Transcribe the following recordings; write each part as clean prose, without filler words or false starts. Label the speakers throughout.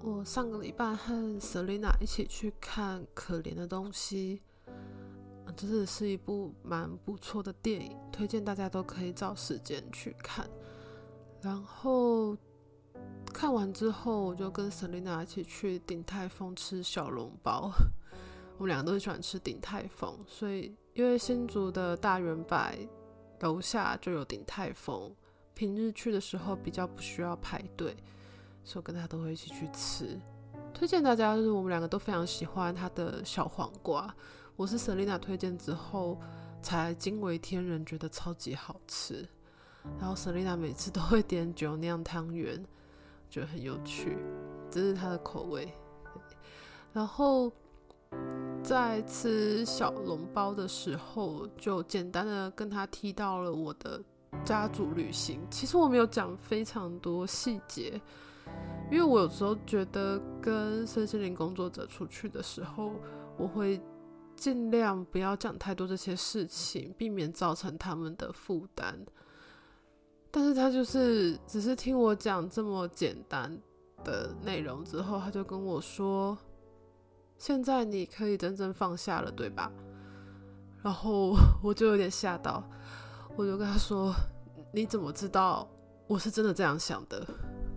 Speaker 1: 我上个礼拜和 Selina 一起去看《可怜的东西》，真的是一部蛮不错的电影，推荐大家都可以找时间去看。然后看完之后，我就跟 Selina 一起去鼎泰丰吃小笼包。我们两个都很喜欢吃鼎泰丰，所以因为新竹的大圆柏楼下就有鼎泰丰，平日去的时候比较不需要排队，所以我跟他都会一起去吃。推荐大家，就是我们两个都非常喜欢他的小黄瓜，我是 Selina 推荐之后才惊为天人，觉得超级好吃。然后 Selina 每次都会点酒酿汤圆，觉得很有趣，这是他的口味。然后在吃小笼包的时候，就简单的跟他提到了我的家族旅行。其实我没有讲非常多细节，因为我有时候觉得跟身心灵工作者出去的时候，我会尽量不要讲太多这些事情，避免造成他们的负担。但是他就是只是听我讲这么简单的内容之后，他就跟我说，现在你可以真正放下了，对吧？然后我就有点吓到，我就跟他说，你怎么知道我是真的这样想的？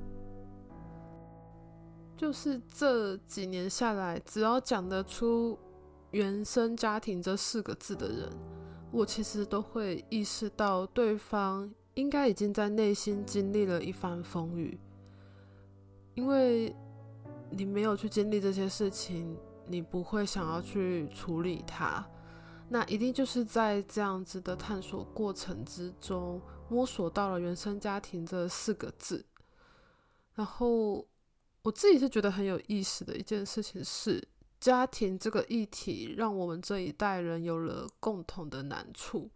Speaker 1: 就是这几年下来，只要讲得出原生家庭这4个字的人，我其实都会意识到对方应该已经在内心经历了一番风雨。因为你没有去经历这些事情，你不会想要去处理它，那一定就是在这样子的探索过程之中，摸索到了原生家庭这4个字。然后我自己是觉得很有意思的一件事情是，家庭这个议题让我们这一代人有了共同的难处。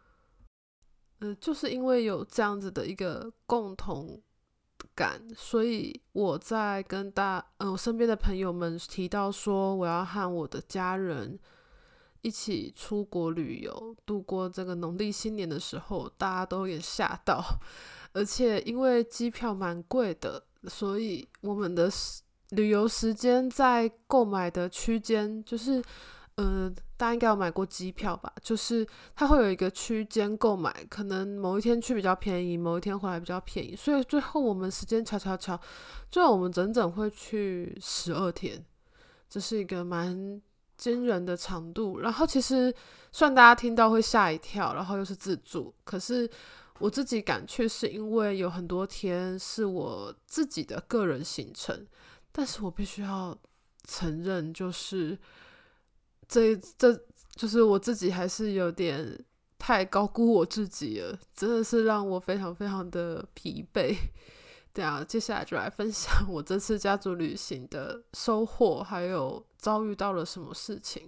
Speaker 1: 就是因为有这样子的一个共同感，所以我在跟我身边的朋友们提到说我要和我的家人一起出国旅游，度过这个农历新年的时候，大家都有点吓到。而且因为机票蛮贵的，所以我们的旅游时间在购买的区间，就是大家应该有买过机票吧，就是它会有一个区间购买，可能某一天去比较便宜，某一天回来比较便宜，所以最后我们时间瞧，最后我们整整会去12天，这是一个蛮惊人的长度。然后其实虽然大家听到会吓一跳，然后又是自助，可是我自己敢去是因为有很多天是我自己的个人行程，但是我必须要承认，就是这就是我自己还是有点太高估我自己了，真的是让我非常非常的疲惫。对啊，接下来就来分享我这次家族旅行的收获，还有遭遇到了什么事情。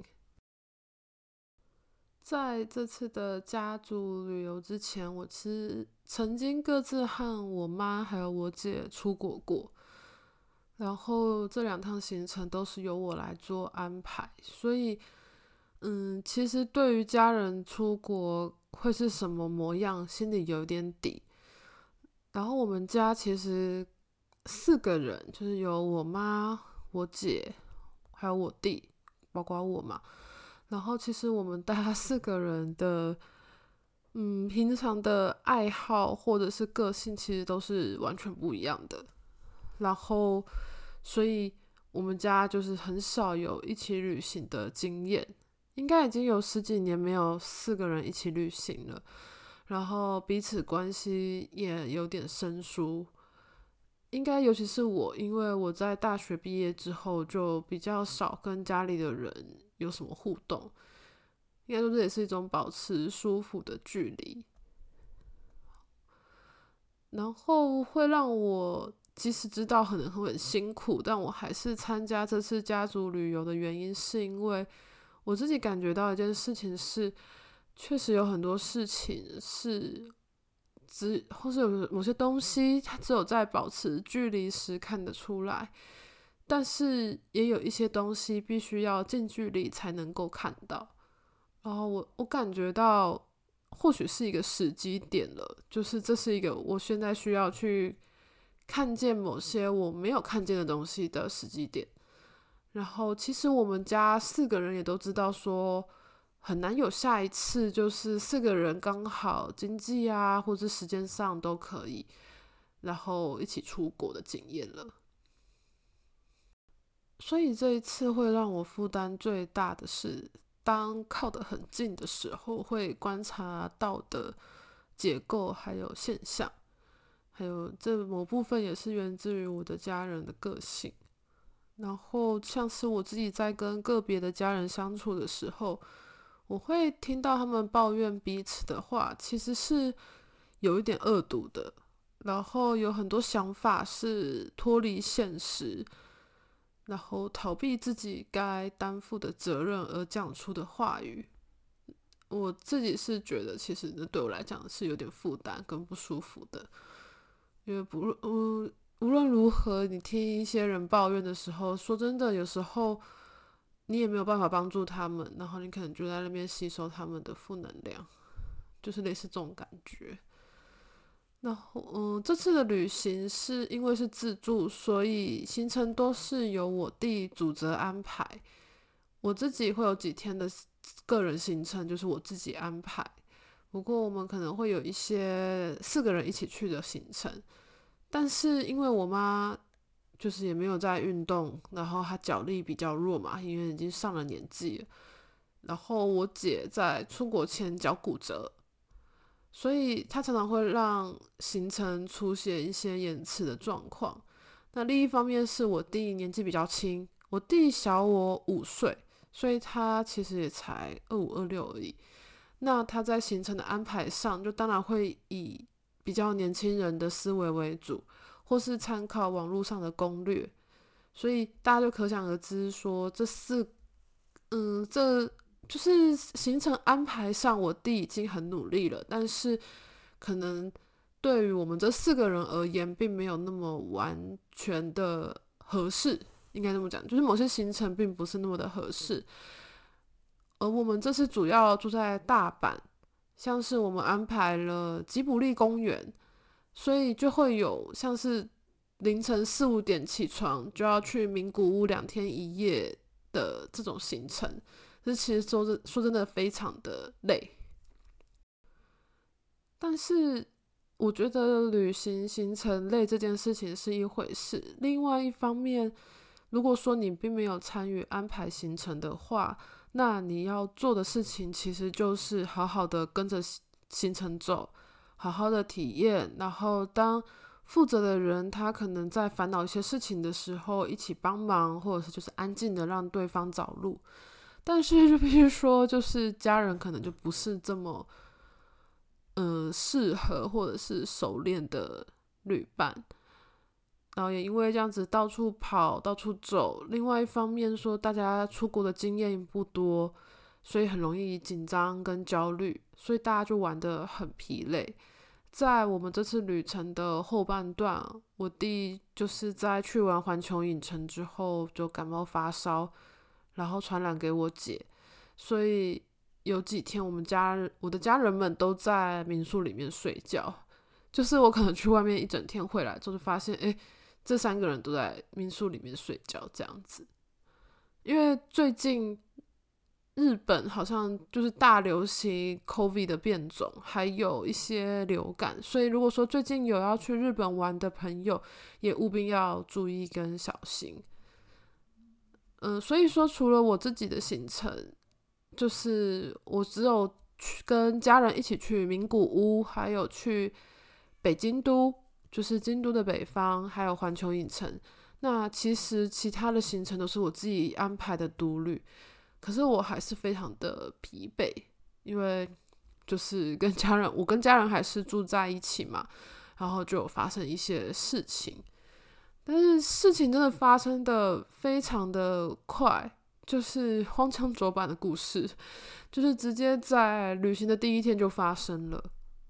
Speaker 1: 在这次的家族旅游之前，我其实曾经各自和我妈还有我姐出国过，然后这2趟行程都是由我来做安排，所以其实对于家人出国会是什么模样，心里有点底。然后我们家其实4个人，就是有我妈、我姐，还有我弟，包括我嘛。然后其实我们大家4个人的平常的爱好或者是个性其实都是完全不一样的。然后所以我们家就是很少有一起旅行的经验，应该已经有10几年没有4个人一起旅行了，然后彼此关系也有点生疏。应该尤其是我，因为我在大学毕业之后就比较少跟家里的人有什么互动，应该说这也是一种保持舒服的距离。然后会让我即使知道可能会很辛苦，但我还是参加这次家族旅游的原因，是因为我自己感觉到一件事情是，确实有很多事情是或是有某些东西它只有在保持距离时看得出来，但是也有一些东西必须要近距离才能够看到。然后我感觉到或许是一个时机点了，就是这是一个我现在需要去看见某些我没有看见的东西的时机点。然后其实我们家4个人也都知道说很难有下一次就是4个人刚好经济啊或者时间上都可以然后一起出国的经验了。所以这一次会让我负担最大的是当靠得很近的时候会观察到的结构还有现象，还有这某部分也是源自于我的家人的个性。然后像是我自己在跟个别的家人相处的时候，我会听到他们抱怨彼此的话，其实是有一点恶毒的，然后有很多想法是脱离现实，然后逃避自己该担负的责任而讲出的话语。我自己是觉得其实对我来讲是有点负担跟不舒服的，因为无论如何你听一些人抱怨的时候，说真的有时候你也没有办法帮助他们，然后你可能就在那边吸收他们的负能量，就是类似这种感觉。然后这次的旅行是因为是自助，所以行程都是由我弟主责安排，我自己会有几天的个人行程就是我自己安排。不过我们可能会有一些4个人一起去的行程，但是因为我妈就是也没有在运动，然后她脚力比较弱嘛，因为已经上了年纪了，然后我姐在出国前脚骨折，所以她常常会让行程出现一些延迟的状况。那另一方面是我弟年纪比较轻，我弟小我5岁，所以他其实也才25、26而已。那他在行程的安排上，就当然会以比较年轻人的思维为主，或是参考网络上的攻略。所以大家就可想而知说，这就是行程安排上，我弟已经很努力了，但是可能对于我们这4个人而言，并没有那么完全的合适，应该这么讲，就是某些行程并不是那么的合适。而我们这次主要住在大阪，像是我们安排了吉卜力公园，所以就会有像是凌晨4、5点起床就要去名古屋2天1夜的这种行程，这其实说真的非常的累。但是我觉得旅行行程累这件事情是一回事，另外一方面，如果说你并没有参与安排行程的话，那你要做的事情其实就是好好的跟着行程走，好好的体验，然后当负责的人他可能在烦恼一些事情的时候一起帮忙，或者是就是安静的让对方找路。但是就必须说，就是家人可能就不是这么适合或者是熟练的旅伴，然后也因为这样子到处跑到处走，另外一方面说大家出国的经验不多，所以很容易紧张跟焦虑，所以大家就玩得很疲累。在我们这次旅程的后半段，我弟就是在去完环球影城之后就感冒发烧，然后传染给我姐，所以有几天我的家人们都在民宿里面睡觉，就是我可能去外面一整天回来之后就发现这3个人都在民宿里面睡觉这样子。因为最近日本好像就是大流行 COVID 的变种，还有一些流感，所以如果说最近有要去日本玩的朋友，也务必要注意跟小心。所以说除了我自己的行程，就是我只有去跟家人一起去名古屋，还有去北京都，就是京都的北方，还有环球影城。那其实其他的行程都是我自己安排的独旅，可是我还是非常的疲惫，因为就是我跟家人还是住在一起嘛，然后就有发生一些事情，但是事情真的发生的非常的快，就是荒腔走板的故事，就是直接在旅行的第一天就发生了。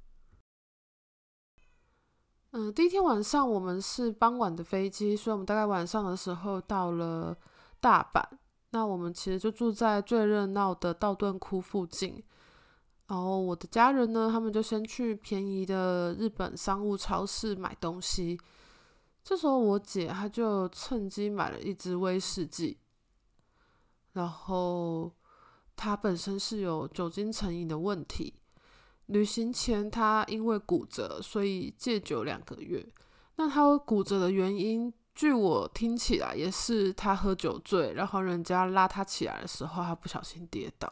Speaker 1: 第一天晚上我们是傍晚的飞机，所以我们大概晚上的时候到了大阪。那我们其实就住在最热闹的道顿窟附近。然后我的家人呢，他们就先去便宜的日本商务超市买东西。 这时候我姐她就趁机买了一支威士忌，然后她本身是有酒精成瘾的问题，旅行前她因为骨折，所以戒酒2个月。那她骨折的原因，据我听起来也是她喝酒醉，然后人家拉她起来的时候，她不小心跌倒。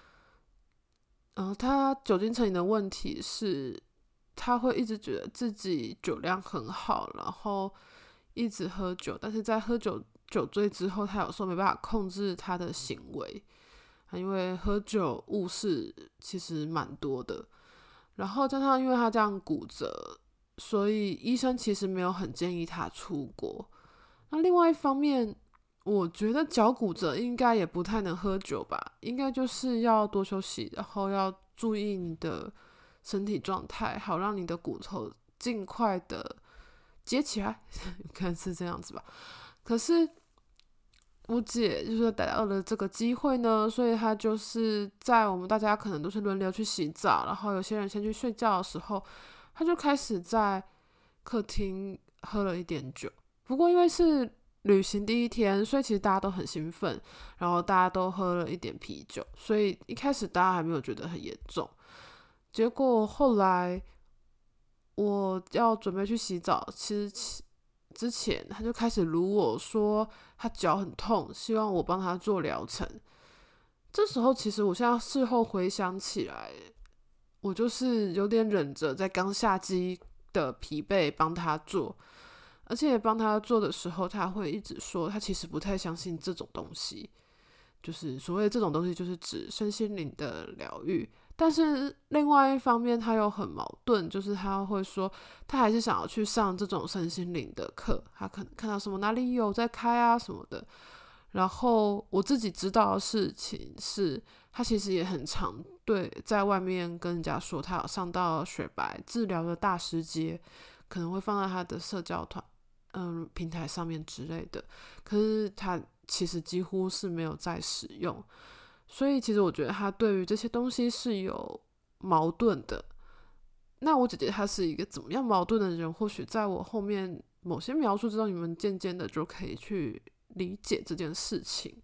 Speaker 1: 她酒精成瘾的问题是，她会一直觉得自己酒量很好，然后一直喝酒，但是在喝酒醉之后，她有时候没办法控制她的行为，因为喝酒误事其实蛮多的。然后加上因为她这样骨折，所以医生其实没有很建议她出国。那另外一方面，我觉得脚骨折应该也不太能喝酒吧，应该就是要多休息，然后要注意你的身体状态，好让你的骨头尽快的接起来，可能是这样子吧。可是我姐就是逮到了这个机会呢，所以她就是在我们大家可能都是轮流去洗澡，然后有些人先去睡觉的时候，她就开始在客厅喝了一点酒。不过因为是旅行第一天，所以其实大家都很兴奋，然后大家都喝了一点啤酒，所以一开始大家还没有觉得很严重。结果后来我要准备去洗澡，其实之前他就开始撸我说他脚很痛，希望我帮他做疗程。这时候其实我现在事后回想起来，我就是有点忍着在刚下机的疲惫帮他做，而且帮他做的时候，他会一直说他其实不太相信这种东西，就是所谓这种东西就是指身心灵的疗愈。但是另外一方面他又很矛盾，就是他会说他还是想要去上这种身心灵的课，他可能看到什么哪里有在开啊什么的。然后我自己知道的事情是，他其实也很常在外面跟人家说他有上到雪白治疗的大师阶，可能会放在他的社交平台上面之类的，可是他其实几乎是没有在使用。所以其实我觉得他对于这些东西是有矛盾的。那我姐姐她是一个怎么样矛盾的人，或许在我后面某些描述之中，你们渐渐的就可以去理解这件事情。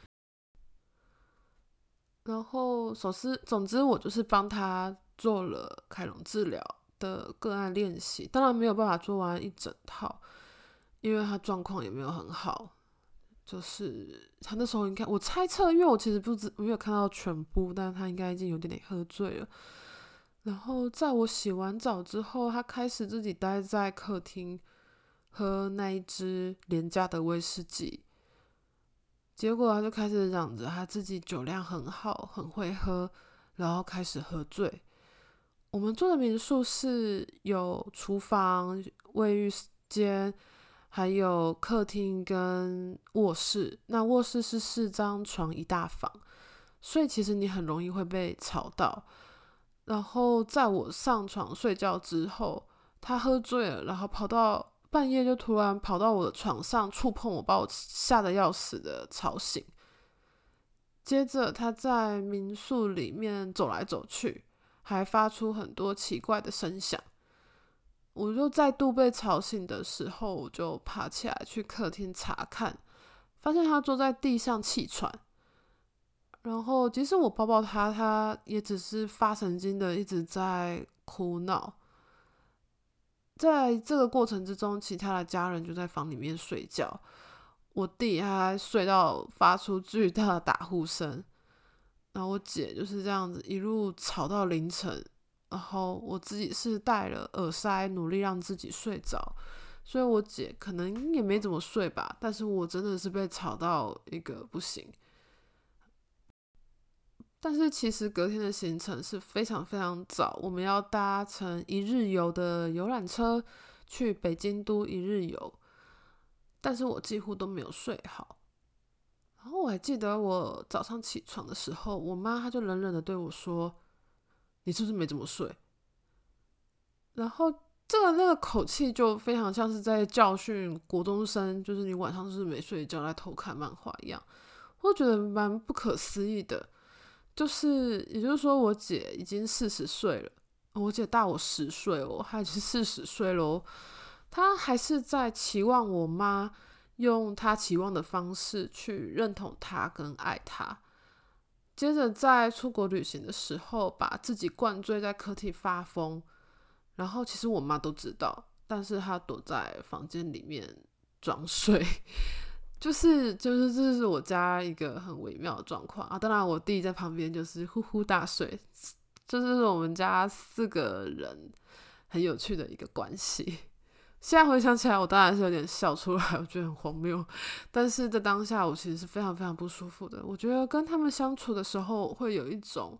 Speaker 1: 然后总之我就是帮他做了凯龙治疗的个案练习，当然没有办法做完一整套，因为他状况也没有很好。就是他那时候应该，我猜测，因为我其实没有看到全部，但他应该已经有点喝醉了。然后在我洗完澡之后，他开始自己待在客厅喝那一支廉价的威士忌，结果他就开始嚷着他自己酒量很好，很会喝，然后开始喝醉。我们住的民宿是有厨房、卫浴间，还有客厅跟卧室。那卧室是4张床1大房，所以其实你很容易会被吵到。然后在我上床睡觉之后，他喝醉了，然后跑到半夜就突然跑到我的床上触碰我，把我吓得要死的吵醒。接着他在民宿里面走来走去，还发出很多奇怪的声响。我就再度被吵醒的时候，我就爬起来去客厅查看，发现他坐在地上气喘。然后即使我抱抱他，他也只是发神经的一直在哭闹。在这个过程之中，其他的家人就在房里面睡觉，我弟他睡到发出巨大的打呼声，然后我姐就是这样子一路吵到凌晨，然后我自己是戴了耳塞，努力让自己睡着，所以我姐可能也没怎么睡吧，但是我真的是被吵到一个不行。但是其实隔天的行程是非常非常早，我们要搭乘1日游的游览车去北京都1日游，但是我几乎都没有睡好。然后我还记得我早上起床的时候，我妈她就冷冷的对我说：你是不是没怎么睡？然后那个口气就非常像是在教训国中生，就是你晚上是不是没睡觉来偷看漫画一样。我觉得蛮不可思议的。也就是说我姐已经40岁了，我姐大我10岁哦，她已经40岁了哦。 他还是在期望我妈用他期望的方式去认同他跟爱他。接着在出国旅行的时候，把自己灌醉在客厅发疯，然后其实我妈都知道，但是她躲在房间里面装睡。就是这是我家一个很微妙的状况啊。当然我弟在旁边就是呼呼大睡，这就是我们家4个人很有趣的一个关系。现在回想起来，我当然是有点笑出来，我觉得很荒谬。但是在当下，我其实是非常非常不舒服的。我觉得跟他们相处的时候，会有一种，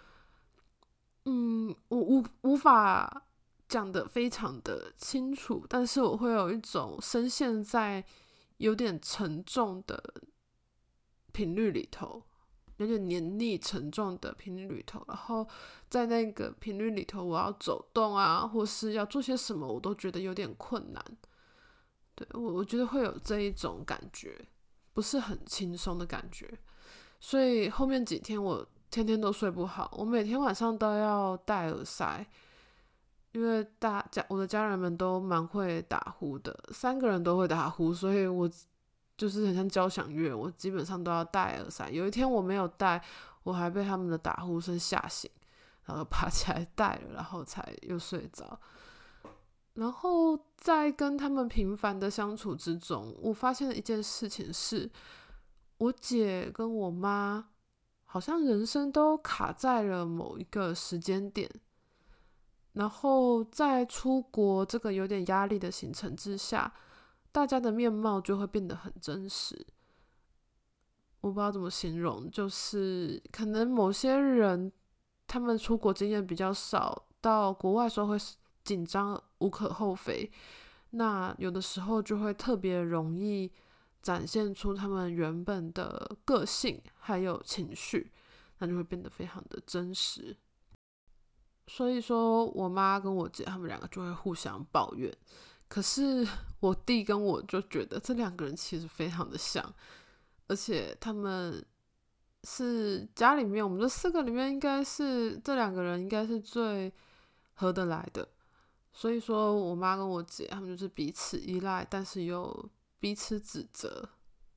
Speaker 1: 我无法讲得非常的清楚，但是我会有一种深陷在有点沉重的频率里头，有点黏腻沉重的频率里头，然后在那个频率里头，我要走动啊，或是要做些什么，我都觉得有点困难。对，我觉得会有这一种感觉，不是很轻松的感觉。所以后面几天我天天都睡不好，我每天晚上都要戴耳塞，因为我的家人们都蛮会打呼的，3个人都会打呼，所以我就是很像交响乐，我基本上都要戴耳塞。有一天我没有戴，我还被他们的打呼声吓醒，然后爬起来戴了，然后才又睡着。然后在跟他们频繁的相处之中，我发现了一件事情是，我姐跟我妈好像人生都卡在了某一个时间点，然后在出国这个有点压力的行程之下，大家的面貌就会变得很真实。我不知道怎么形容，就是可能某些人他们出国经验比较少，到国外的时候会紧张无可厚非，那有的时候就会特别容易展现出他们原本的个性还有情绪，那就会变得非常的真实。所以说我妈跟我姐他们2个就会互相抱怨，可是我弟跟我就觉得这2个人其实非常的像，而且他们是家里面我们这4个里面应该是这2个人应该是最合得来的。所以说我妈跟我姐他们就是彼此依赖，但是又彼此指责，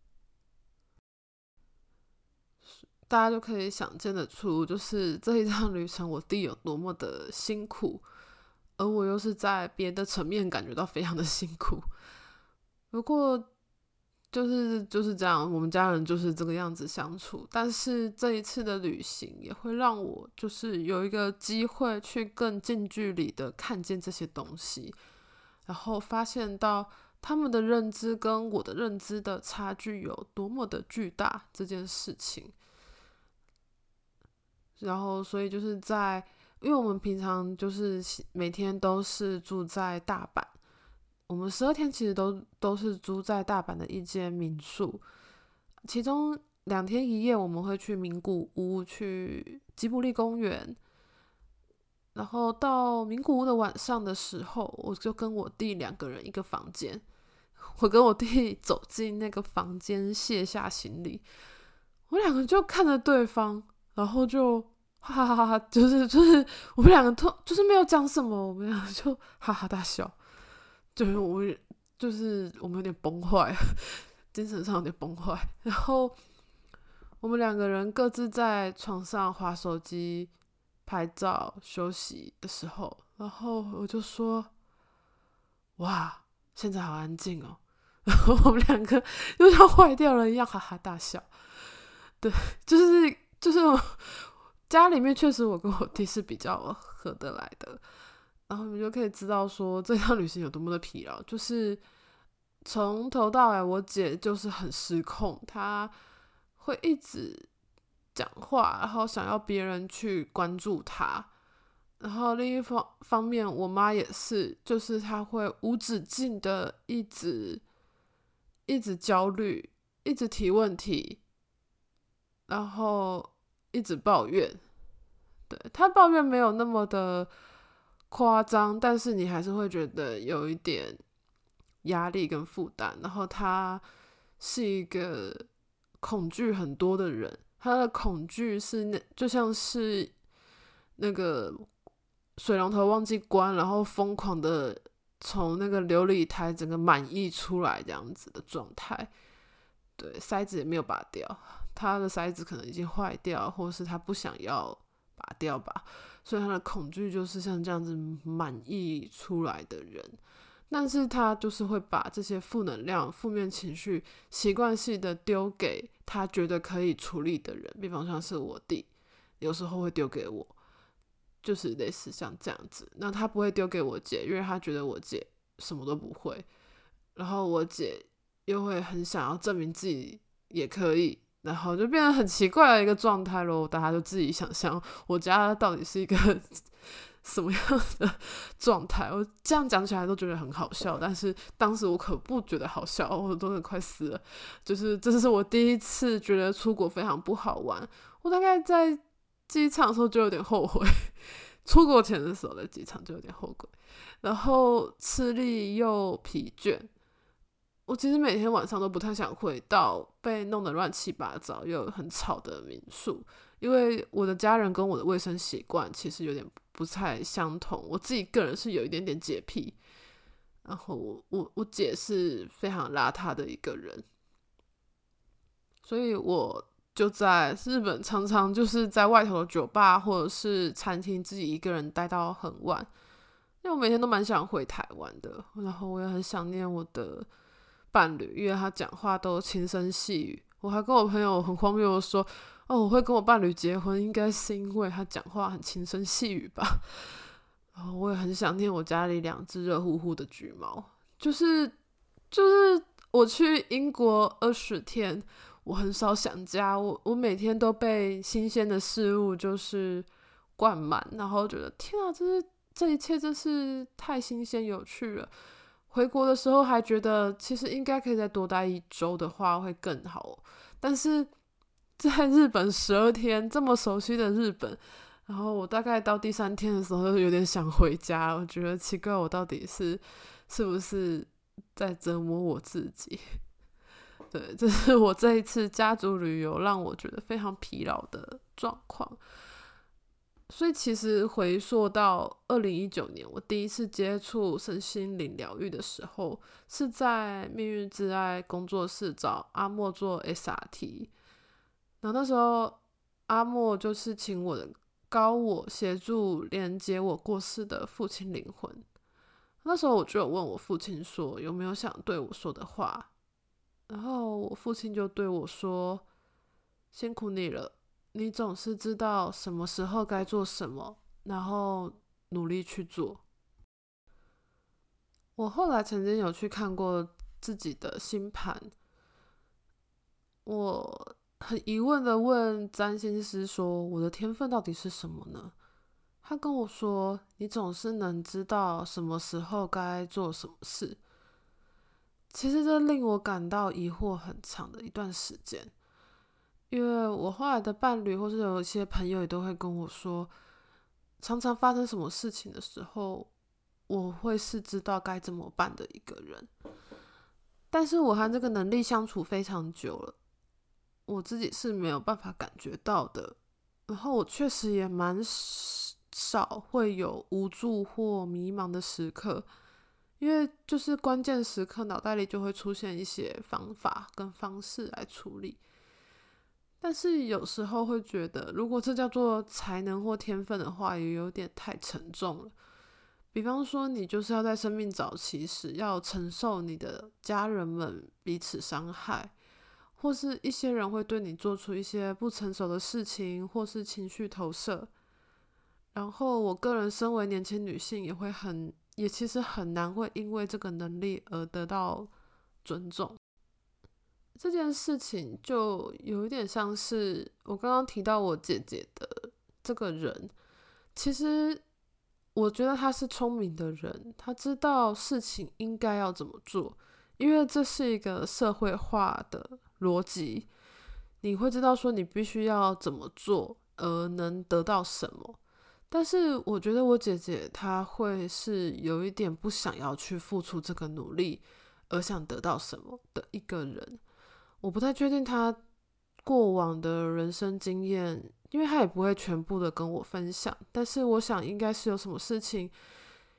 Speaker 1: 大家就可以想见得出，就是这一趟旅程我弟有多么的辛苦，而我又是在别的层面感觉到非常的辛苦。不过就是这样，我们家人就是这个样子相处。但是这一次的旅行也会让我就是有一个机会去更近距离的看见这些东西，然后发现到他们的认知跟我的认知的差距有多么的巨大这件事情。然后所以就是因为我们平常就是每天都是住在大阪，我们12天其实都是住在大阪的一间民宿，其中2天1夜我们会去名古屋，去吉卜力公园，然后到名古屋的晚上的时候，我就跟我弟2个人一个房间，我跟我弟走进那个房间卸下行李，我2个就看着对方，然后就哈哈哈哈，就是我们2个就是没有讲什么，我们2个就哈哈大笑，就是我们有点崩坏，精神上有点崩坏。然后我们2个人各自在床上滑手机、拍照、休息的时候，然后我就说：“哇，现在好安静哦。”然后我们2个就像坏掉了一样，哈哈大笑。对，就是家里面确实我跟我弟是比较合得来的，然后你们就可以知道说这趟旅行有多么的疲劳，就是从头到尾我姐就是很失控，她会一直讲话，然后想要别人去关注她，然后另一方面我妈也是，就是她会无止境的一直焦虑，一直提问题，然后一直抱怨。对，她抱怨没有那么的夸张，但是你还是会觉得有一点压力跟负担。然后她是一个恐惧很多的人，她的恐惧是就像是那个水龙头忘记关，然后疯狂的从那个流理台整个满溢出来这样子的状态。对，塞子也没有拔掉，他的塞子可能已经坏掉，或是他不想要拔掉吧，所以他的恐惧就是像这样子满溢出来的人。但是他就是会把这些负能量、负面情绪习惯性的丢给他觉得可以处理的人，比方像是我弟，有时候会丢给我，就是类似像这样子。那他不会丢给我姐，因为他觉得我姐什么都不会，然后我姐又会很想要证明自己也可以，然后就变得很奇怪的一个状态咯。大家就自己想象我家到底是一个什么样的状态。我这样讲起来都觉得很好笑，但是当时我可不觉得好笑，我都很快死了。就是这是我第一次觉得出国非常不好玩。我大概在机场的时候就有点后悔，出国前的时候在机场就有点后悔，然后吃力又疲倦。我其实每天晚上都不太想回到被弄得乱七八糟又很吵的民宿，因为我的家人跟我的卫生习惯其实有点不太相同。我自己个人是有一点点洁癖，然后我姐是非常邋遢的一个人，所以我就在日本常常就是在外头的酒吧或者是餐厅自己一个人待到很晚，因为我每天都蛮想回台湾的，然后我也很想念我的伴侣，因为他讲话都轻声细语。我还跟我朋友很荒谬的说，我会跟我伴侣结婚应该是因为他讲话很轻声细语吧。然后我也很想念我家里2只热乎乎的橘猫，就是我去英国20天，我很少想家，我每天都被新鲜的事物就是灌满，然后觉得天啊，这一切真是太新鲜有趣了。回国的时候还觉得其实应该可以再多待1周的话会更好，但是在日本12天这么熟悉的日本，然后我大概到第3天的时候就有点想回家，我觉得奇怪，我到底是不是在折磨我自己。对，这是我这一次家族旅游让我觉得非常疲劳的状况。所以其实回溯到2019年，我第一次接触身心灵疗愈的时候，是在命运之爱工作室找阿莫做 SRT。 然后那时候阿莫就是请我的高我协助连接我过世的父亲灵魂。那时候我就有问我父亲说有没有想对我说的话，然后我父亲就对我说，辛苦你了，你总是知道什么时候该做什么，然后努力去做。我后来曾经有去看过自己的星盘，我很疑问的问占星师说，我的天分到底是什么呢？他跟我说，你总是能知道什么时候该做什么事。其实这令我感到疑惑很长的一段时间，因为我后来的伴侣或是有一些朋友也都会跟我说，常常发生什么事情的时候，我会是知道该怎么办的一个人。但是我和这个能力相处非常久了，我自己是没有办法感觉到的。然后我确实也蛮少会有无助或迷茫的时刻，因为就是关键时刻脑袋里就会出现一些方法跟方式来处理。但是有时候会觉得，如果这叫做才能或天分的话，也有点太沉重了。比方说你就是要在生命早期时要承受你的家人们彼此伤害，或是一些人会对你做出一些不成熟的事情，或是情绪投射。然后我个人身为年轻女性也其实很难会因为这个能力而得到尊重。这件事情就有一点像是我刚刚提到我姐姐的这个人，其实我觉得她是聪明的人，她知道事情应该要怎么做，因为这是一个社会化的逻辑，你会知道说你必须要怎么做而能得到什么。但是我觉得我姐姐她会是有一点不想要去付出这个努力而想得到什么的一个人。我不太确定她过往的人生经验，因为她也不会全部的跟我分享，但是我想应该是有什么事情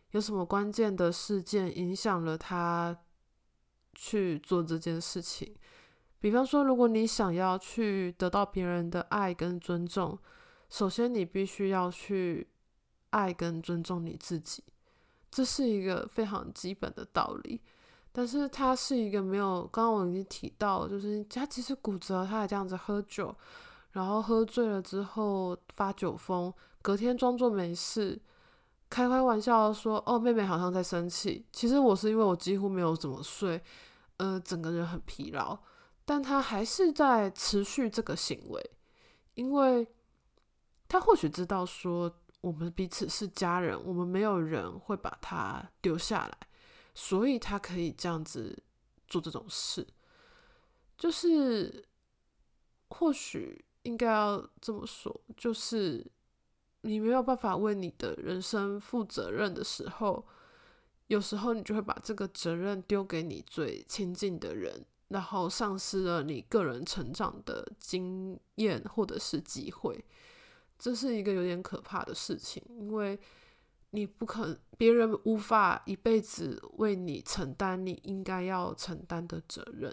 Speaker 1: 有什么关键的事件影响了他去做这件事情。比方说，如果你想要去得到别人的爱跟尊重，首先你必须要去爱跟尊重你自己，这是一个非常基本的道理。但是他是一个没有，刚刚我已经提到，就是他其实骨折，他还这样子喝酒，然后喝醉了之后发酒疯，隔天装作没事，开玩笑的说，哦，妹妹好像在生气。其实我是因为我几乎没有怎么睡，整个人很疲劳，但他还是在持续这个行为，因为他或许知道说我们彼此是家人，我们没有人会把他丢下来，所以他可以这样子做这种事。就是或许应该要这么说，就是你没有办法为你的人生负责任的时候，有时候你就会把这个责任丢给你最亲近的人，然后丧失了你个人成长的经验或者是机会。这是一个有点可怕的事情，因为你不可，别人无法一辈子为你承担你应该要承担的责任。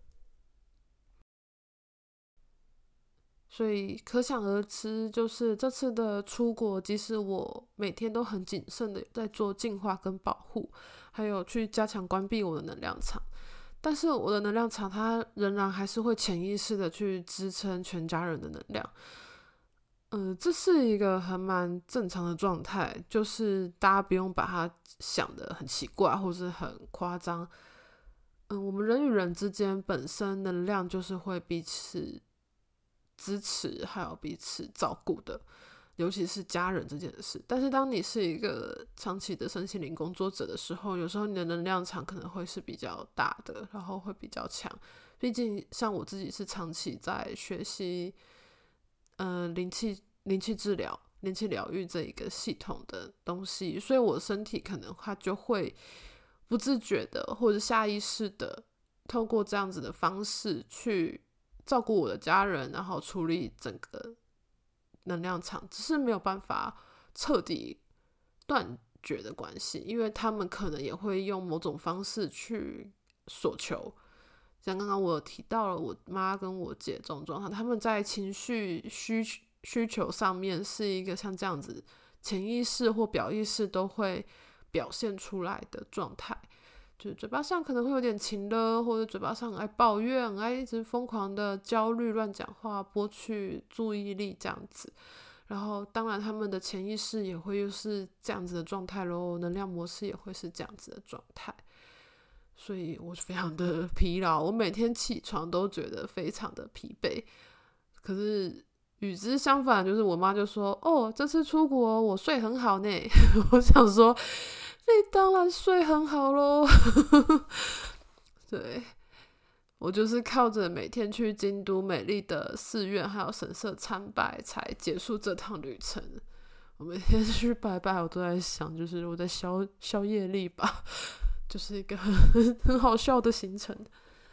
Speaker 1: 所以可想而知，就是这次的出国，即使我每天都很谨慎的在做净化跟保护，还有去加强关闭我的能量场，但是我的能量场它仍然还是会潜意识的去支撑全家人的能量。这是一个还蛮正常的状态，就是大家不用把它想得很奇怪或是很夸张。我们人与人之间本身能量就是会彼此支持还有彼此照顾的，尤其是家人这件事。但是当你是一个长期的身心灵工作者的时候，有时候你的能量场可能会是比较大的，然后会比较强。毕竟像我自己是长期在学习灵气治疗、灵气疗愈这一个系统的东西，所以我的身体可能它就会不自觉的或者下意识的透过这样子的方式去照顾我的家人，然后处理整个能量场，只是没有办法彻底断绝的关系，因为他们可能也会用某种方式去索求。像刚刚我提到了我妈跟我姐这种状态，他们在情绪需求上面是一个像这样子潜意识或表意识都会表现出来的状态，就是嘴巴上可能会有点情勒，或者嘴巴上很爱抱怨，很爱一直疯狂的焦虑、乱讲话、剥去注意力这样子。然后当然他们的潜意识也会又是这样子的状态咯，能量模式也会是这样子的状态。所以我非常的疲劳，我每天起床都觉得非常的疲惫。可是与之相反，就是我妈就说，哦，这次出国我睡很好呢。我想说你当然睡很好咯。对，我就是靠着每天去京都美丽的寺院还有神社参拜才结束这趟旅程。我每天去拜拜，我都在想，就是我在消业力吧，就是一个很好笑的行程。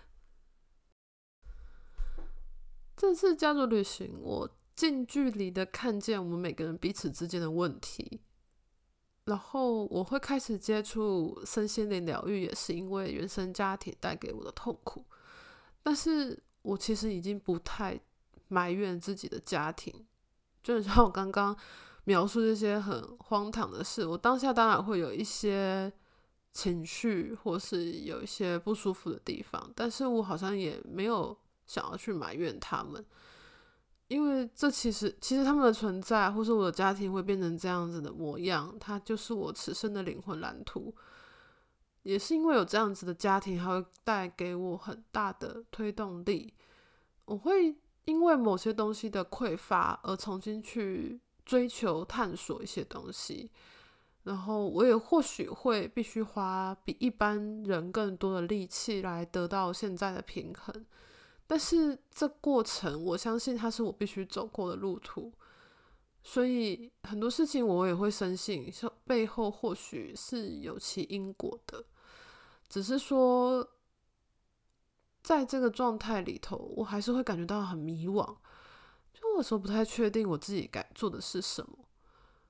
Speaker 1: 这次家族旅行，我近距离的看见我们每个人彼此之间的问题，然后我会开始接触身心灵疗愈，也是因为原生家庭带给我的痛苦。但是我其实已经不太埋怨自己的家庭，就很像我刚刚描述这些很荒唐的事，我当下当然会有一些情绪或是有一些不舒服的地方，但是我好像也没有想要去埋怨他们，因为这其实他们的存在或是我的家庭会变成这样子的模样，它就是我此生的灵魂蓝图。也是因为有这样子的家庭，它会带给我很大的推动力。我会因为某些东西的匮乏而重新去追求探索一些东西，然后我也或许会必须花比一般人更多的力气来得到现在的平衡。但是这过程我相信它是我必须走过的路途，所以很多事情我也会深信背后或许是有其因果的，只是说在这个状态里头，我还是会感觉到很迷惘，就我有时候不太确定我自己该做的是什么。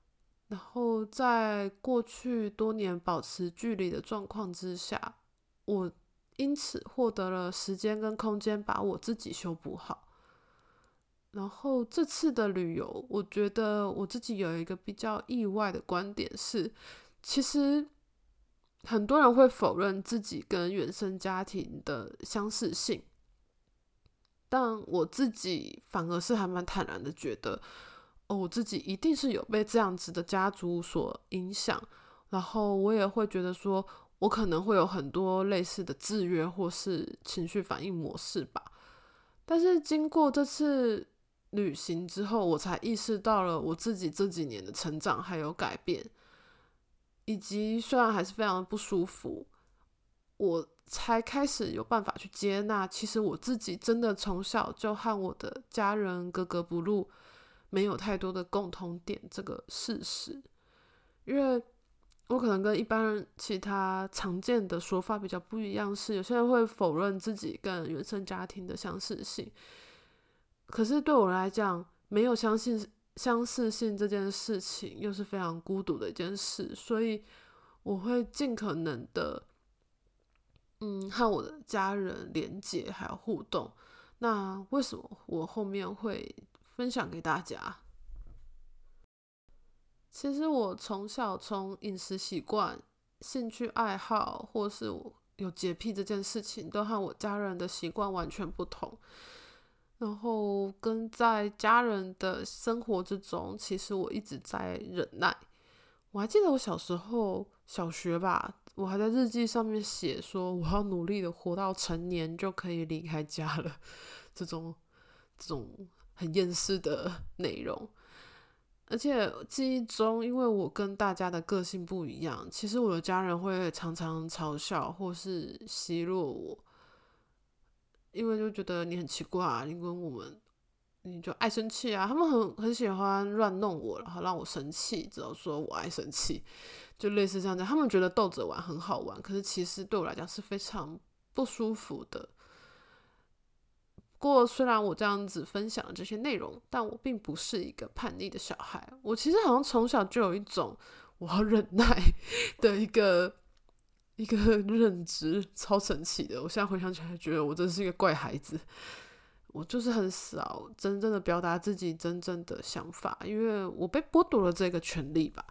Speaker 1: 然后在过去多年保持距离的状况之下，我因此获得了时间跟空间把我自己修补好。然后这次的旅游，我觉得我自己有一个比较意外的观点是，其实很多人会否认自己跟原生家庭的相似性，但我自己反而是还蛮坦然的觉得，我自己一定是有被这样子的家族所影响，然后我也会觉得说，我可能会有很多类似的制约或是情绪反应模式吧。但是经过这次旅行之后，我才意识到了我自己这几年的成长还有改变，以及虽然还是非常不舒服，我才开始有办法去接纳，其实我自己真的从小就和我的家人格格不入，没有太多的共同点这个事实。因为我可能跟一般人其他常见的说法比较不一样，是有些人会否认自己跟原生家庭的相似性，可是对我来讲，没有相似性这件事情又是非常孤独的一件事，所以我会尽可能的和我的家人连结还有互动。那为什么我后面会分享给大家？其实我从小从饮食习惯、兴趣爱好，或是我有洁癖这件事情，都和我家人的习惯完全不同。然后跟在家人的生活之中，其实我一直在忍耐。我还记得我小时候小学吧，我还在日记上面写说我要努力的活到成年就可以离开家了，这种很厌世的内容。而且记忆中，因为我跟大家的个性不一样，其实我的家人会常常嘲笑或是奚落我，因为就觉得你很奇怪啊，你跟我们你就爱生气啊，他们很喜欢乱弄我，然后让我生气，只有说我爱生气，就类似这样子。他们觉得逗着玩很好玩，可是其实对我来讲是非常不舒服的。不过虽然我这样子分享了这些内容，但我并不是一个叛逆的小孩。我其实好像从小就有一种我要忍耐的一个认知，超神奇的。我现在回想起来，觉得我真是一个怪孩子。我就是很少真正的表达自己真正的想法，因为我被剥夺了这个权利吧。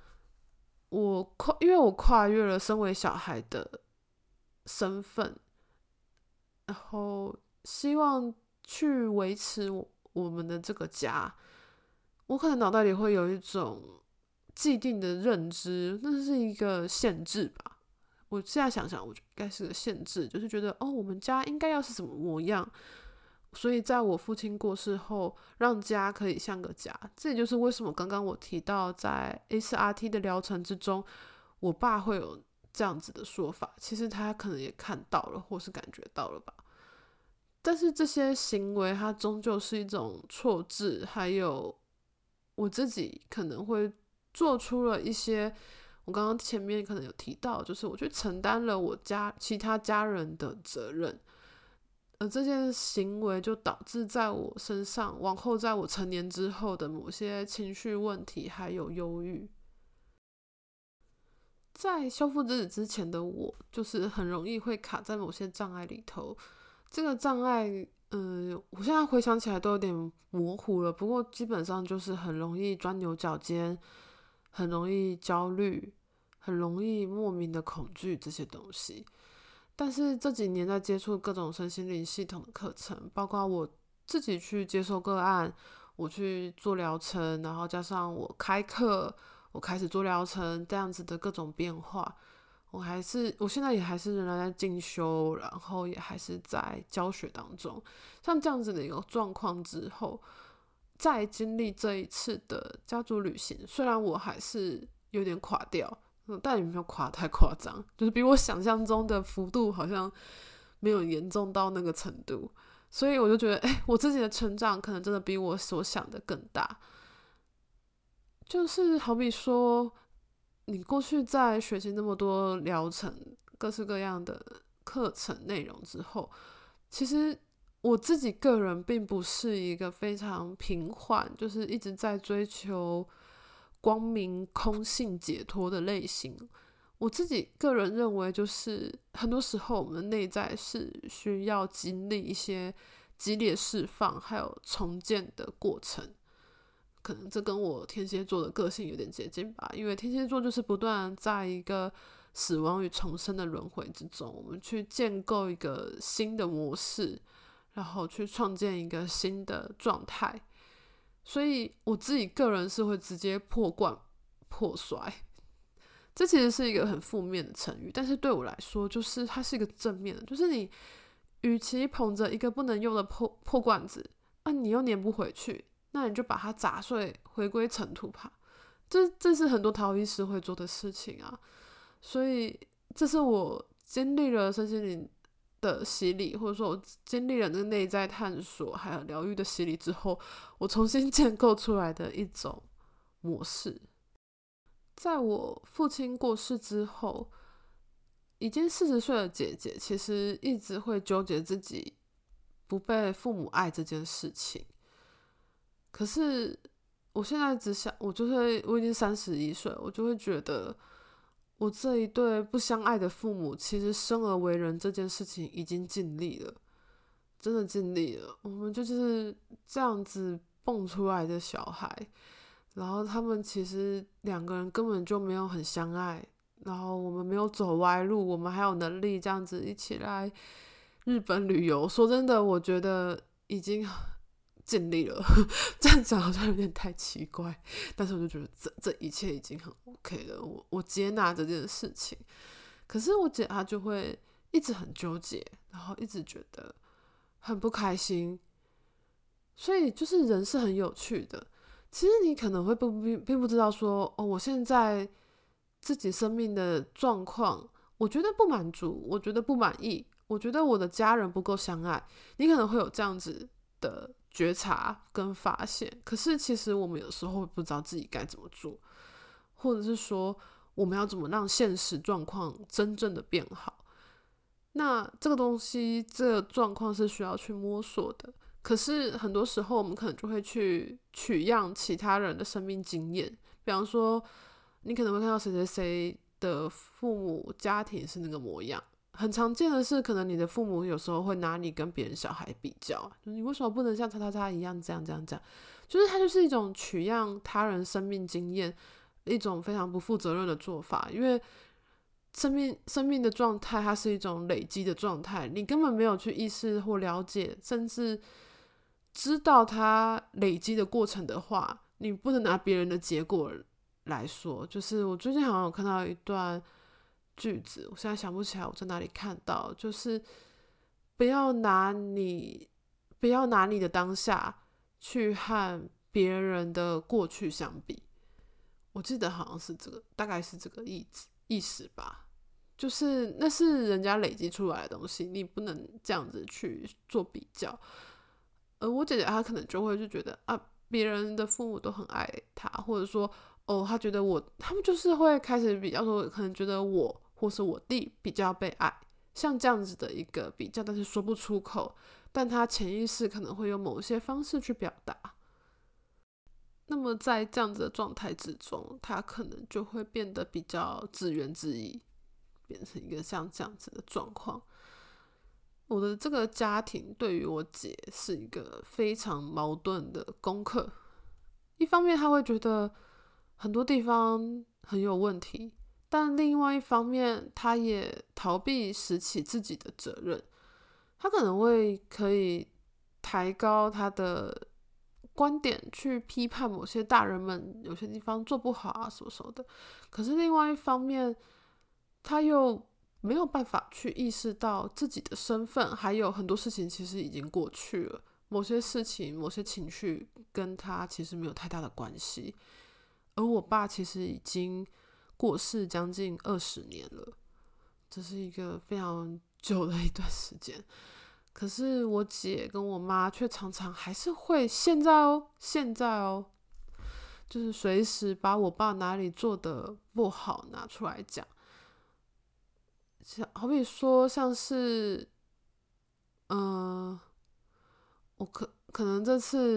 Speaker 1: 因为我跨越了身为小孩的身份，然后希望去维持我们的这个家，我可能脑袋里会有一种既定的认知，那是一个限制吧。我现在想想，我觉得应该是个限制，就是觉得我们家应该要是什么模样，所以在我父亲过世后，让家可以像个家。这也就是为什么刚刚我提到在 SRT 的疗程之中，我爸会有这样子的说法，其实他可能也看到了，或是感觉到了吧。但是这些行为，它终究是一种错置，还有我自己可能会做出了一些，我刚刚前面可能有提到，就是我去承担了我其他家人的责任，而这件行为就导致在我身上，往后在我成年之后的某些情绪问题还有忧郁。在修复自己之前的我，就是很容易会卡在某些障碍里头。这个障碍，我现在回想起来都有点模糊了。不过基本上就是很容易钻牛角尖，很容易焦虑，很容易莫名的恐惧这些东西。但是这几年在接触各种身心灵系统的课程，包括我自己去接受个案，我去做疗程，然后加上我开课，我开始做疗程，这样子的各种变化，我现在也还是仍然在进修，然后也还是在教学当中。像这样子的一个状况之后，再经历这一次的家族旅行，虽然我还是有点垮掉，但也没有垮太夸张，就是比我想象中的幅度好像没有严重到那个程度。所以我就觉得，我自己的成长可能真的比我所想的更大。就是好比说，你过去在学习那么多疗程、各式各样的课程内容之后，其实我自己个人并不是一个非常平缓，就是一直在追求光明空性解脱的类型。我自己个人认为，就是很多时候我们的内在是需要经历一些激烈释放还有重建的过程。可能这跟我天蝎座的个性有点接近吧，因为天蝎座就是不断在一个死亡与重生的轮回之中，我们去建构一个新的模式，然后去创建一个新的状态。所以我自己个人是会直接破罐破摔，这其实是一个很负面的成语，但是对我来说，就是它是一个正面的，就是你与其捧着一个不能用的破罐子，你又粘不回去，那你就把它砸碎，回归尘土吧。这是很多陶艺师会做的事情啊。所以这是我经历了身心灵的洗礼，或者说我经历了那个内在探索还有疗愈的洗礼之后，我重新建构出来的一种模式。在我父亲过世之后，已经40岁的姐姐其实一直会纠结自己不被父母爱这件事情。可是我现在只想，我已经31岁，我就会觉得我这一对不相爱的父母，其实生而为人这件事情已经尽力了，真的尽力了。我们就是这样子蹦出来的小孩，然后他们其实2个人根本就没有很相爱，然后我们没有走歪路，我们还有能力这样子一起来日本旅游。说真的，我觉得已经尽力了。这样讲好像有点太奇怪，但是我就觉得这一切已经很 OK 了，我接纳这件事情。可是我姐她就会一直很纠结，然后一直觉得很不开心。所以就是人是很有趣的，其实你可能会并不知道说，我现在自己生命的状况，我觉得不满足，我觉得不满意，我觉得我的家人不够相爱，你可能会有这样子的觉察跟发现。可是其实我们有时候会不知道自己该怎么做，或者是说我们要怎么让现实状况真正的变好。那这个东西，这个状况是需要去摸索的。可是很多时候我们可能就会去取样其他人的生命经验，比方说你可能会看到谁谁谁的父母家庭是那个模样。很常见的是，可能你的父母有时候会拿你跟别人小孩比较，就是你为什么不能像叉叉叉一样这样这样这样，就是它就是一种取样他人生命经验，一种非常不负责任的做法。因为生命的状态它是一种累积的状态，你根本没有去意识或了解，甚至知道它累积的过程的话，你不能拿别人的结果来说。就是我最近好像有看到一段句子，我现在想不起来我在哪里看到，就是不要拿你的当下去和别人的过去相比。我记得好像是这个，大概是这个意思吧。就是那是人家累积出来的东西，你不能这样子去做比较。而我姐姐她可能就会觉得别人的父母都很爱她，或者说她觉得他们就是会开始比较说，可能觉得我或是我弟比较被爱，像这样子的一个比较，但是说不出口，但他潜意识可能会用某些方式去表达。那么在这样子的状态之中，他可能就会变得比较自怨自艾，变成一个像这样子的状况。我的这个家庭对于我姐是一个非常矛盾的功课。一方面他会觉得很多地方很有问题，但另外一方面他也逃避拾起自己的责任。他可能会可以抬高他的观点去批判某些大人们有些地方做不好啊什么什么的，可是另外一方面他又没有办法去意识到自己的身份，还有很多事情其实已经过去了，某些事情某些情绪跟他其实没有太大的关系。而我爸其实已经过世将近20年了，这是一个非常久的一段时间。可是我姐跟我妈却常常还是会现在就是随时把我爸哪里做的不好拿出来讲。好比说像是我可能这次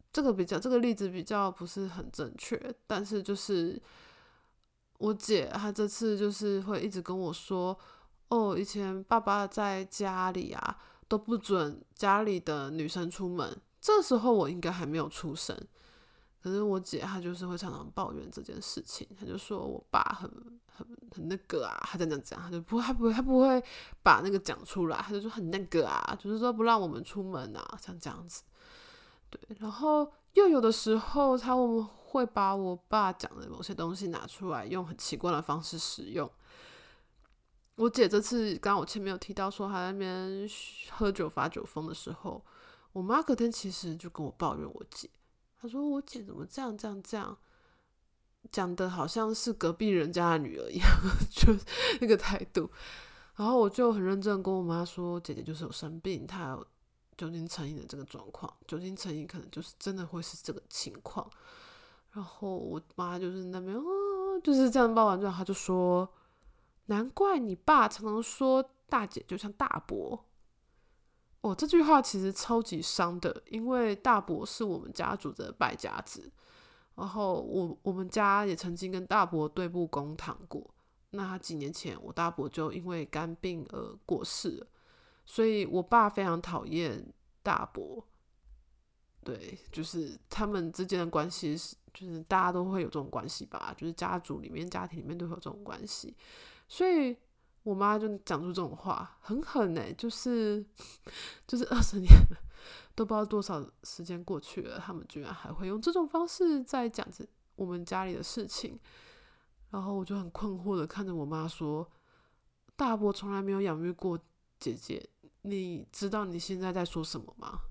Speaker 1: 这个例子比较不是很正确，但是就是我姐她这次就是会一直跟我说，以前爸爸在家里啊都不准家里的女生出门，这时候我应该还没有出生，可是我姐她就是会常常抱怨这件事情，她就说我爸很那个啊，她这样讲，她不会把那个讲出来，她就说很那个啊，就是说不让我们出门啊，像这样子。对，然后又有的时候他们会把我爸讲的某些东西拿出来，用很奇怪的方式使用。我姐这次刚刚我前面有提到说她在那边喝酒发酒疯的时候，我妈隔天其实就跟我抱怨我姐，她说我姐怎么这样这样这样，讲的好像是隔壁人家的女儿一样，就那个态度。然后我就很认真跟我妈说，姐姐就是有生病，她有酒精成瘾的这个状况，酒精成瘾可能就是真的会是这个情况。然后我妈就是那边就是这样抱完之后，她就说，难怪你爸常常说大姐就像大伯。这句话其实超级伤的，因为大伯是我们家族的败家子，然后我们家也曾经跟大伯对簿公堂过。那他几年前我大伯就因为肝病而过世了，所以我爸非常讨厌大伯。对，就是他们之间的关系是，就是大家都会有这种关系吧，就是家族里面、家庭里面都会有这种关系，所以我妈就讲出这种话，很狠就是20年了，都不知道多少时间过去了，他们居然还会用这种方式在讲着我们家里的事情。然后我就很困惑的看着我妈说，大伯从来没有养育过姐姐，你知道你现在在说什么吗？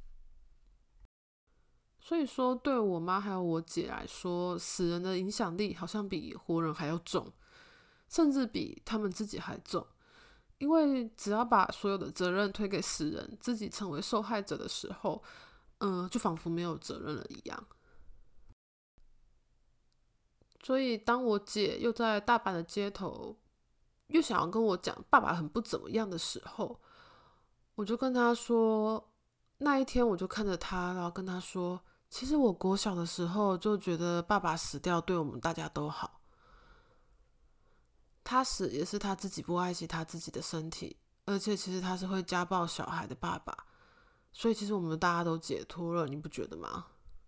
Speaker 1: 所以说对我妈还有我姐来说，死人的影响力好像比活人还要重，甚至比他们自己还重。因为只要把所有的责任推给死人，自己成为受害者的时候，就仿佛没有责任了一样。所以当我姐又在大阪的街头又想要跟我讲爸爸很不怎么样的时候，我就跟她说，那一天我就看着她，然后跟她说，其实我国小的时候就觉得爸爸死掉对我们大家都好，他死也是他自己不爱惜他自己的身体，而且其实他是会家暴小孩的爸爸，所以其实我们大家都解脱了，你不觉得吗？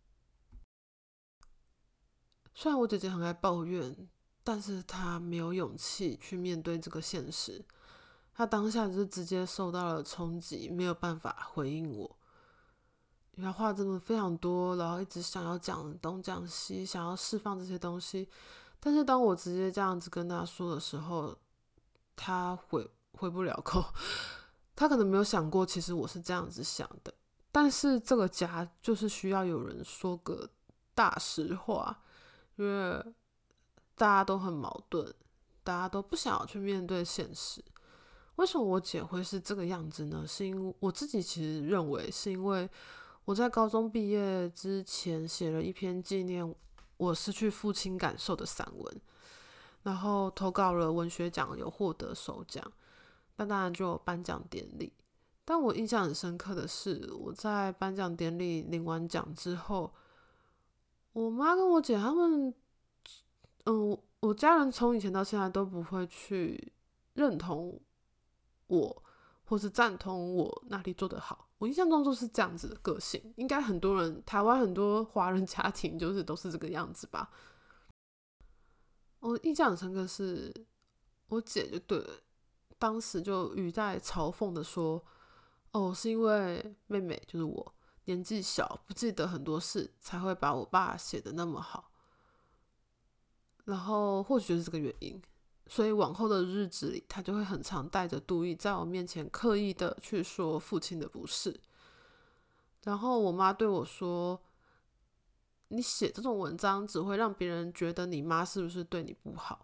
Speaker 1: 虽然我姐姐很爱抱怨，但是她没有勇气去面对这个现实，她当下就是直接受到了冲击，没有办法回应我。因为她话真的非常多，然后一直想要讲东讲西，想要释放这些东西，但是当我直接这样子跟她说的时候，她回不了口。她可能没有想过，其实我是这样子想的，但是这个家就是需要有人说个大实话，因为大家都很矛盾，大家都不想要去面对现实。为什么我姐会是这个样子呢？是因为我自己其实认为是因为我在高中毕业之前写了一篇纪念我失去父亲感受的散文，然后投稿了文学奖，有获得首奖，那当然就有颁奖典礼。但我印象很深刻的是，我在颁奖典礼领完奖之后，我妈跟我姐他们，我家人从以前到现在都不会去认同我，或是赞同我哪里做得好。我印象中都是这样子的个性，应该很多人，台湾很多华人家庭就是都是这个样子吧。我印象很深刻是，我姐就对了，当时就语带嘲讽的说：是因为妹妹就是我年纪小，不记得很多事，才会把我爸写得那么好。然后或许就是这个原因，所以往后的日子里，他就会很常带着妒意，在我面前刻意的去说父亲的不是。然后我妈对我说：你写这种文章只会让别人觉得你妈是不是对你不好。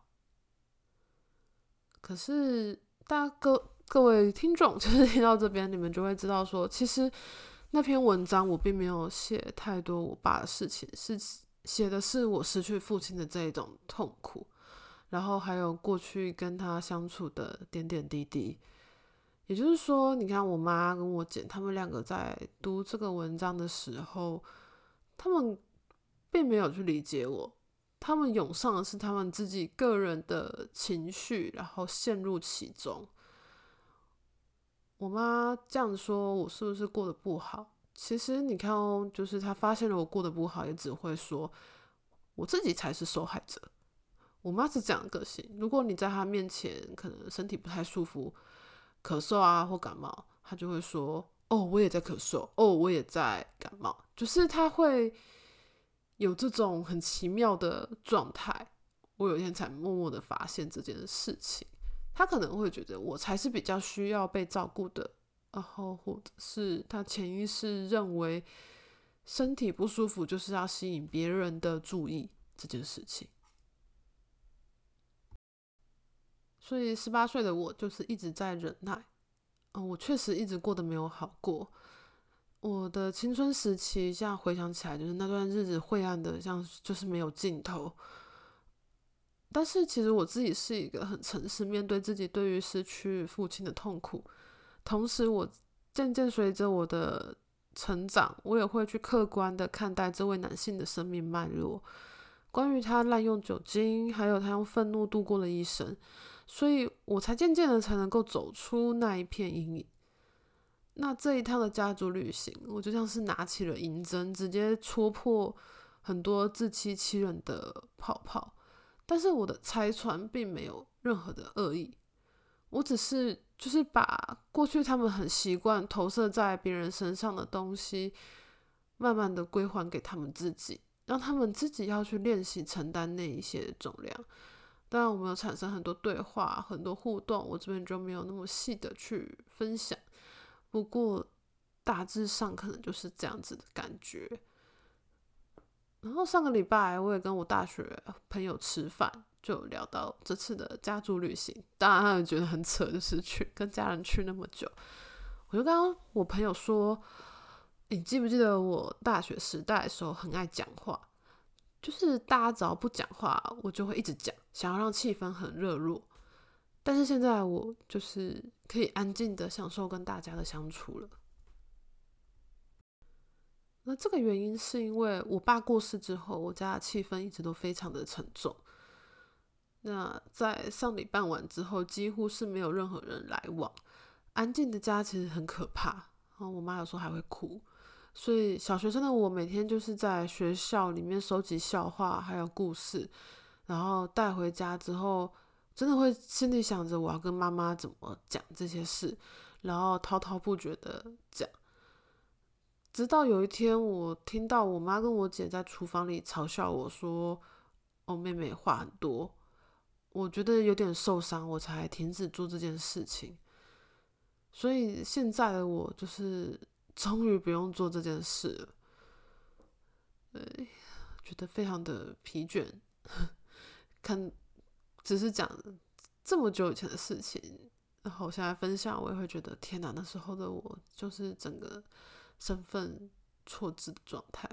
Speaker 1: 可是大家各位听众，就是听到这边，你们就会知道说，其实那篇文章我并没有写太多我爸的事情，是写的是我失去父亲的这一种痛苦，然后还有过去跟他相处的点点滴滴。也就是说，你看我妈跟我姐他们两个在读这个文章的时候， 他们并没有去理解我，他们涌上的是他们自己个人的情绪，然后陷入其中。我妈这样说我是不是过得不好？其实你看哦，就是她发现了我过得不好，也只会说我自己才是受害者。我妈是这样的个性，如果你在她面前可能身体不太舒服，咳嗽啊或感冒，她就会说：“哦，我也在咳嗽，哦，我也在感冒。”就是她会有这种很奇妙的状态。我有一天才默默的发现这件事情，他可能会觉得我才是比较需要被照顾的，然后或者是他潜意识认为身体不舒服就是要吸引别人的注意这件事情。所以18岁的我就是一直在忍耐，我确实一直过得没有好过。我的青春时期，现在回想起来，就是那段日子晦暗的，像就是没有尽头。但是其实我自己是一个很诚实面对自己对于失去父亲的痛苦，同时我渐渐随着我的成长，我也会去客观的看待这位男性的生命脉络，关于他滥用酒精，还有他用愤怒度过了一生，所以我才渐渐的才能够走出那一片阴影。那这一趟的家族旅行，我就像是拿起了银针，直接戳破很多自欺欺人的泡泡。但是我的拆穿并没有任何的恶意，我只是就是把过去他们很习惯投射在别人身上的东西，慢慢的归还给他们自己，让他们自己要去练习承担那一些重量。当然我们有产生很多对话，很多互动，我这边就没有那么细的去分享，不过大致上可能就是这样子的感觉。然后上个礼拜我也跟我大学朋友吃饭，就有聊到这次的家族旅行。当然他们觉得很扯，就是去跟家人去那么久。我就跟我朋友说，你记不记得我大学时代的时候很爱讲话，就是大家只要不讲话，我就会一直讲，想要让气氛很热络。但是现在我就是可以安静的享受跟大家的相处了。那这个原因是因为我爸过世之后，我家的气氛一直都非常的沉重。那在丧礼办完之后，几乎是没有任何人来往，安静的家其实很可怕。然后我妈有时候还会哭，所以小学生的我每天就是在学校里面收集笑话还有故事，然后带回家之后，真的会心里想着我要跟妈妈怎么讲这些事，然后滔滔不绝的讲。直到有一天，我听到我妈跟我姐在厨房里嘲笑我说：“哦，妹妹话很多。”我觉得有点受伤，我才停止做这件事情。所以现在的我就是终于不用做这件事了，觉得非常的疲倦。看，只是讲这么久以前的事情，然后现在分享，我也会觉得天哪，那时候的我就是整个身份错置的状态。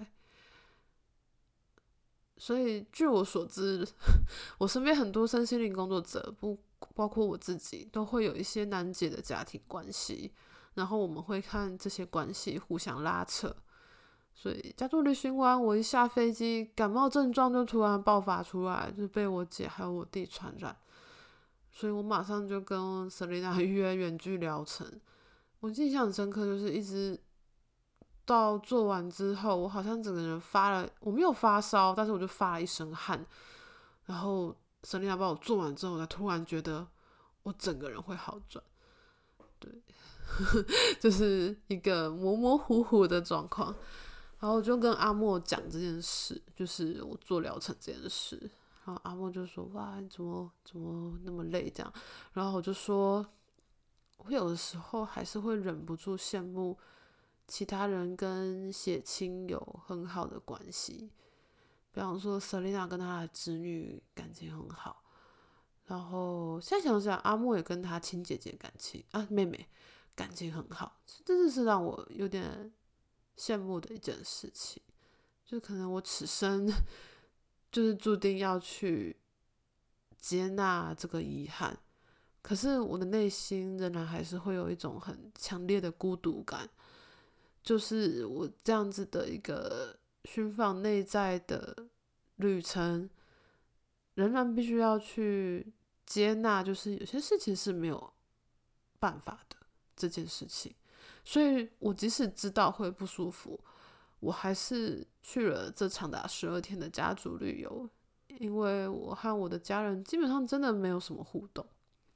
Speaker 1: 所以据我所知，我身边很多身心灵工作者，不包括我自己，都会有一些难解的家庭关系，然后我们会看这些关系互相拉扯。所以家族旅行完，我一下飞机，感冒症状就突然爆发出来，就被我姐还有我弟传染，所以我马上就跟 Selina 预约远距疗程。我印象很深刻，就是一直到做完之后，我好像整个人发了，我没有发烧，但是我就发了一身汗。然后Selina帮我做完之后，我才突然觉得我整个人会好转。对，就是一个模模糊糊的状况。然后我就跟阿莫讲这件事，就是我做疗程这件事。然后阿莫就说：“哇，你怎么那么累？”这样，然后我就说，我有的时候还是会忍不住羡慕其他人跟血亲有很好的关系，比方说 Selina 跟她的侄女感情很好，然后现在想想，阿莫也跟她亲姐姐妹妹感情很好，真的是让我有点羡慕的一件事情。就可能我此生就是注定要去接纳这个遗憾，可是我的内心仍然还是会有一种很强烈的孤独感，就是我这样子的一个寻访内在的旅程，仍然必须要去接纳，就是有些事情是没有办法的这件事情。所以我即使知道会不舒服，我还是去了这长达12天的家族旅游，因为我和我的家人基本上真的没有什么互动。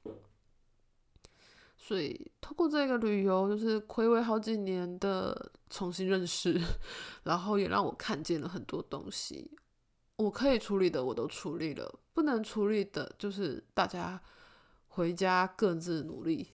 Speaker 1: 所以透过这个旅游，就是睽违好几年的重新认识，然后也让我看见了很多东西。我可以处理的我都处理了，不能处理的就是大家回家各自努力。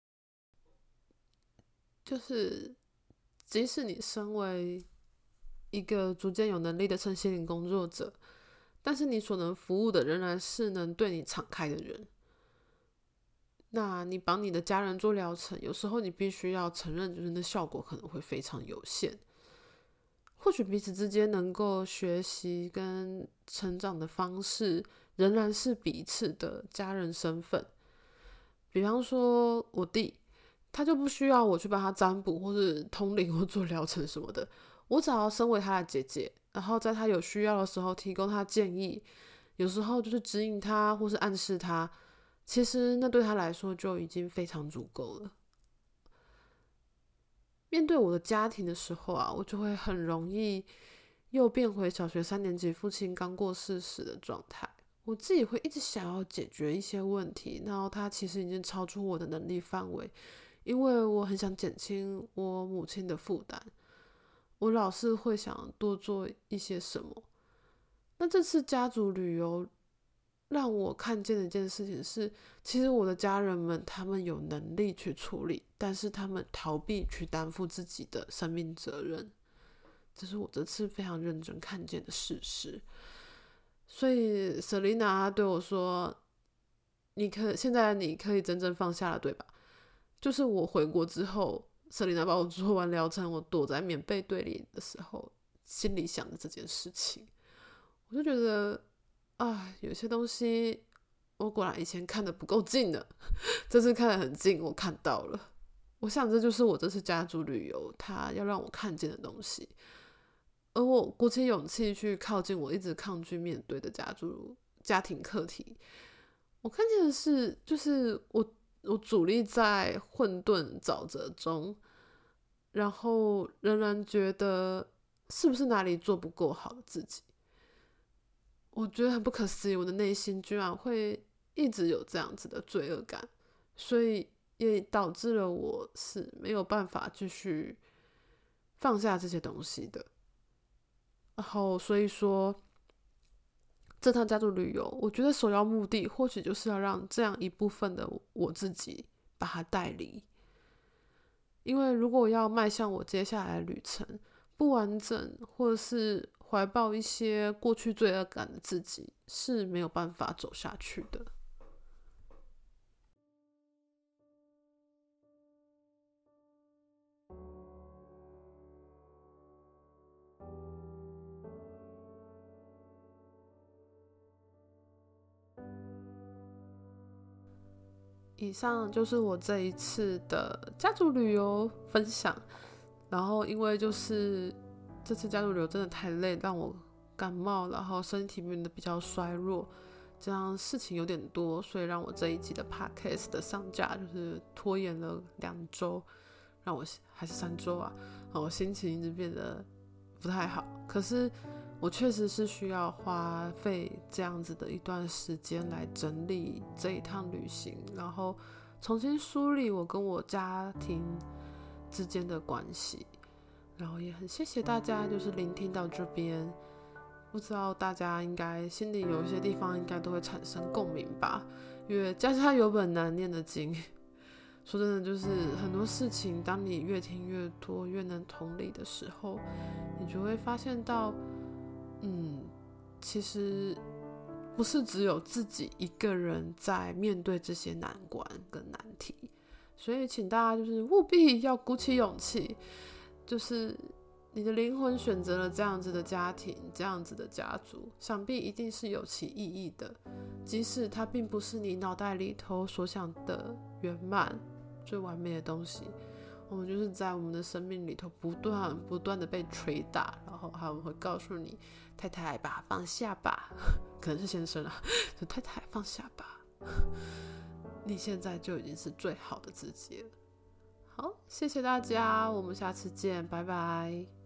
Speaker 1: 就是即使你身为一个逐渐有能力的身心灵工作者，但是你所能服务的仍然是能对你敞开的人。那你帮你的家人做疗程，有时候你必须要承认，就是那效果可能会非常有限。或许彼此之间能够学习跟成长的方式，仍然是彼此的家人身份。比方说我弟，他就不需要我去帮他占卜或是通灵或做疗程什么的，我只要身为他的姐姐，然后在他有需要的时候提供他建议，有时候就是指引他或是暗示他，其实那对他来说就已经非常足够了。面对我的家庭的时候啊，我就会很容易又变回小学3年级父亲刚过世时的状态。我自己会一直想要解决一些问题，然后它其实已经超出我的能力范围，因为我很想减轻我母亲的负担，我老是会想多做一些什么。那这次家族旅游让我看见的一件事情是，其实我的家人们他们有能力去处理，但是他们逃避去担负自己的生命责任，这是我这次非常认真看见的事实。所以 Selina 对我说，现在你可以真正放下了，对吧？就是我回国之后，Selina 帮我做完疗程，我躲在棉被堆里的时候，心里想的这件事情，我就觉得有些东西我果然以前看得不够近了，这次看得很近，我看到了。我想这就是我这次家族旅游它要让我看见的东西，而我鼓起勇气去靠近我一直抗拒面对的家庭课题。我看见的是，就是我佇立在混沌沼泽中，然后仍然觉得是不是哪里做不够好的自己。我觉得很不可思议，我的内心居然会一直有这样子的罪恶感，所以也导致了我是没有办法继续放下这些东西的。然后所以说，这趟家族旅游，我觉得首要目的或许就是要让这样一部分的我自己把它带离。因为如果我要迈向我接下来的旅程，不完整或者是怀抱一些过去罪恶感的自己是没有办法走下去的。以上就是我这一次的家族旅游分享。然后因为就是这次家族旅游真的太累，让我感冒，然后身体变得比较衰弱，这样事情有点多，所以让我这一集的 podcast 的上架就是拖延了2周，让我还是3周啊，我心情一直变得不太好。可是我确实是需要花费这样子的一段时间来整理这一趟旅行，然后重新梳理我跟我家庭之间的关系。然后也很谢谢大家就是聆听到这边，不知道大家应该心里有一些地方应该都会产生共鸣吧，因为家家有本难念的经。说真的，就是很多事情当你越听越多，越能同理的时候，你就会发现到其实不是只有自己一个人在面对这些难关跟难题。所以请大家就是务必要鼓起勇气，就是你的灵魂选择了这样子的家庭，这样子的家族，想必一定是有其意义的，即使它并不是你脑袋里头所想的圆满最完美的东西， 我们就是在我们的生命里头不断的被捶打，然后他们会告诉你，太太吧，放下吧，可能是先生啊，就太太放下吧，你现在就已经是最好的自己了。好，谢谢大家，我们下次见，拜拜。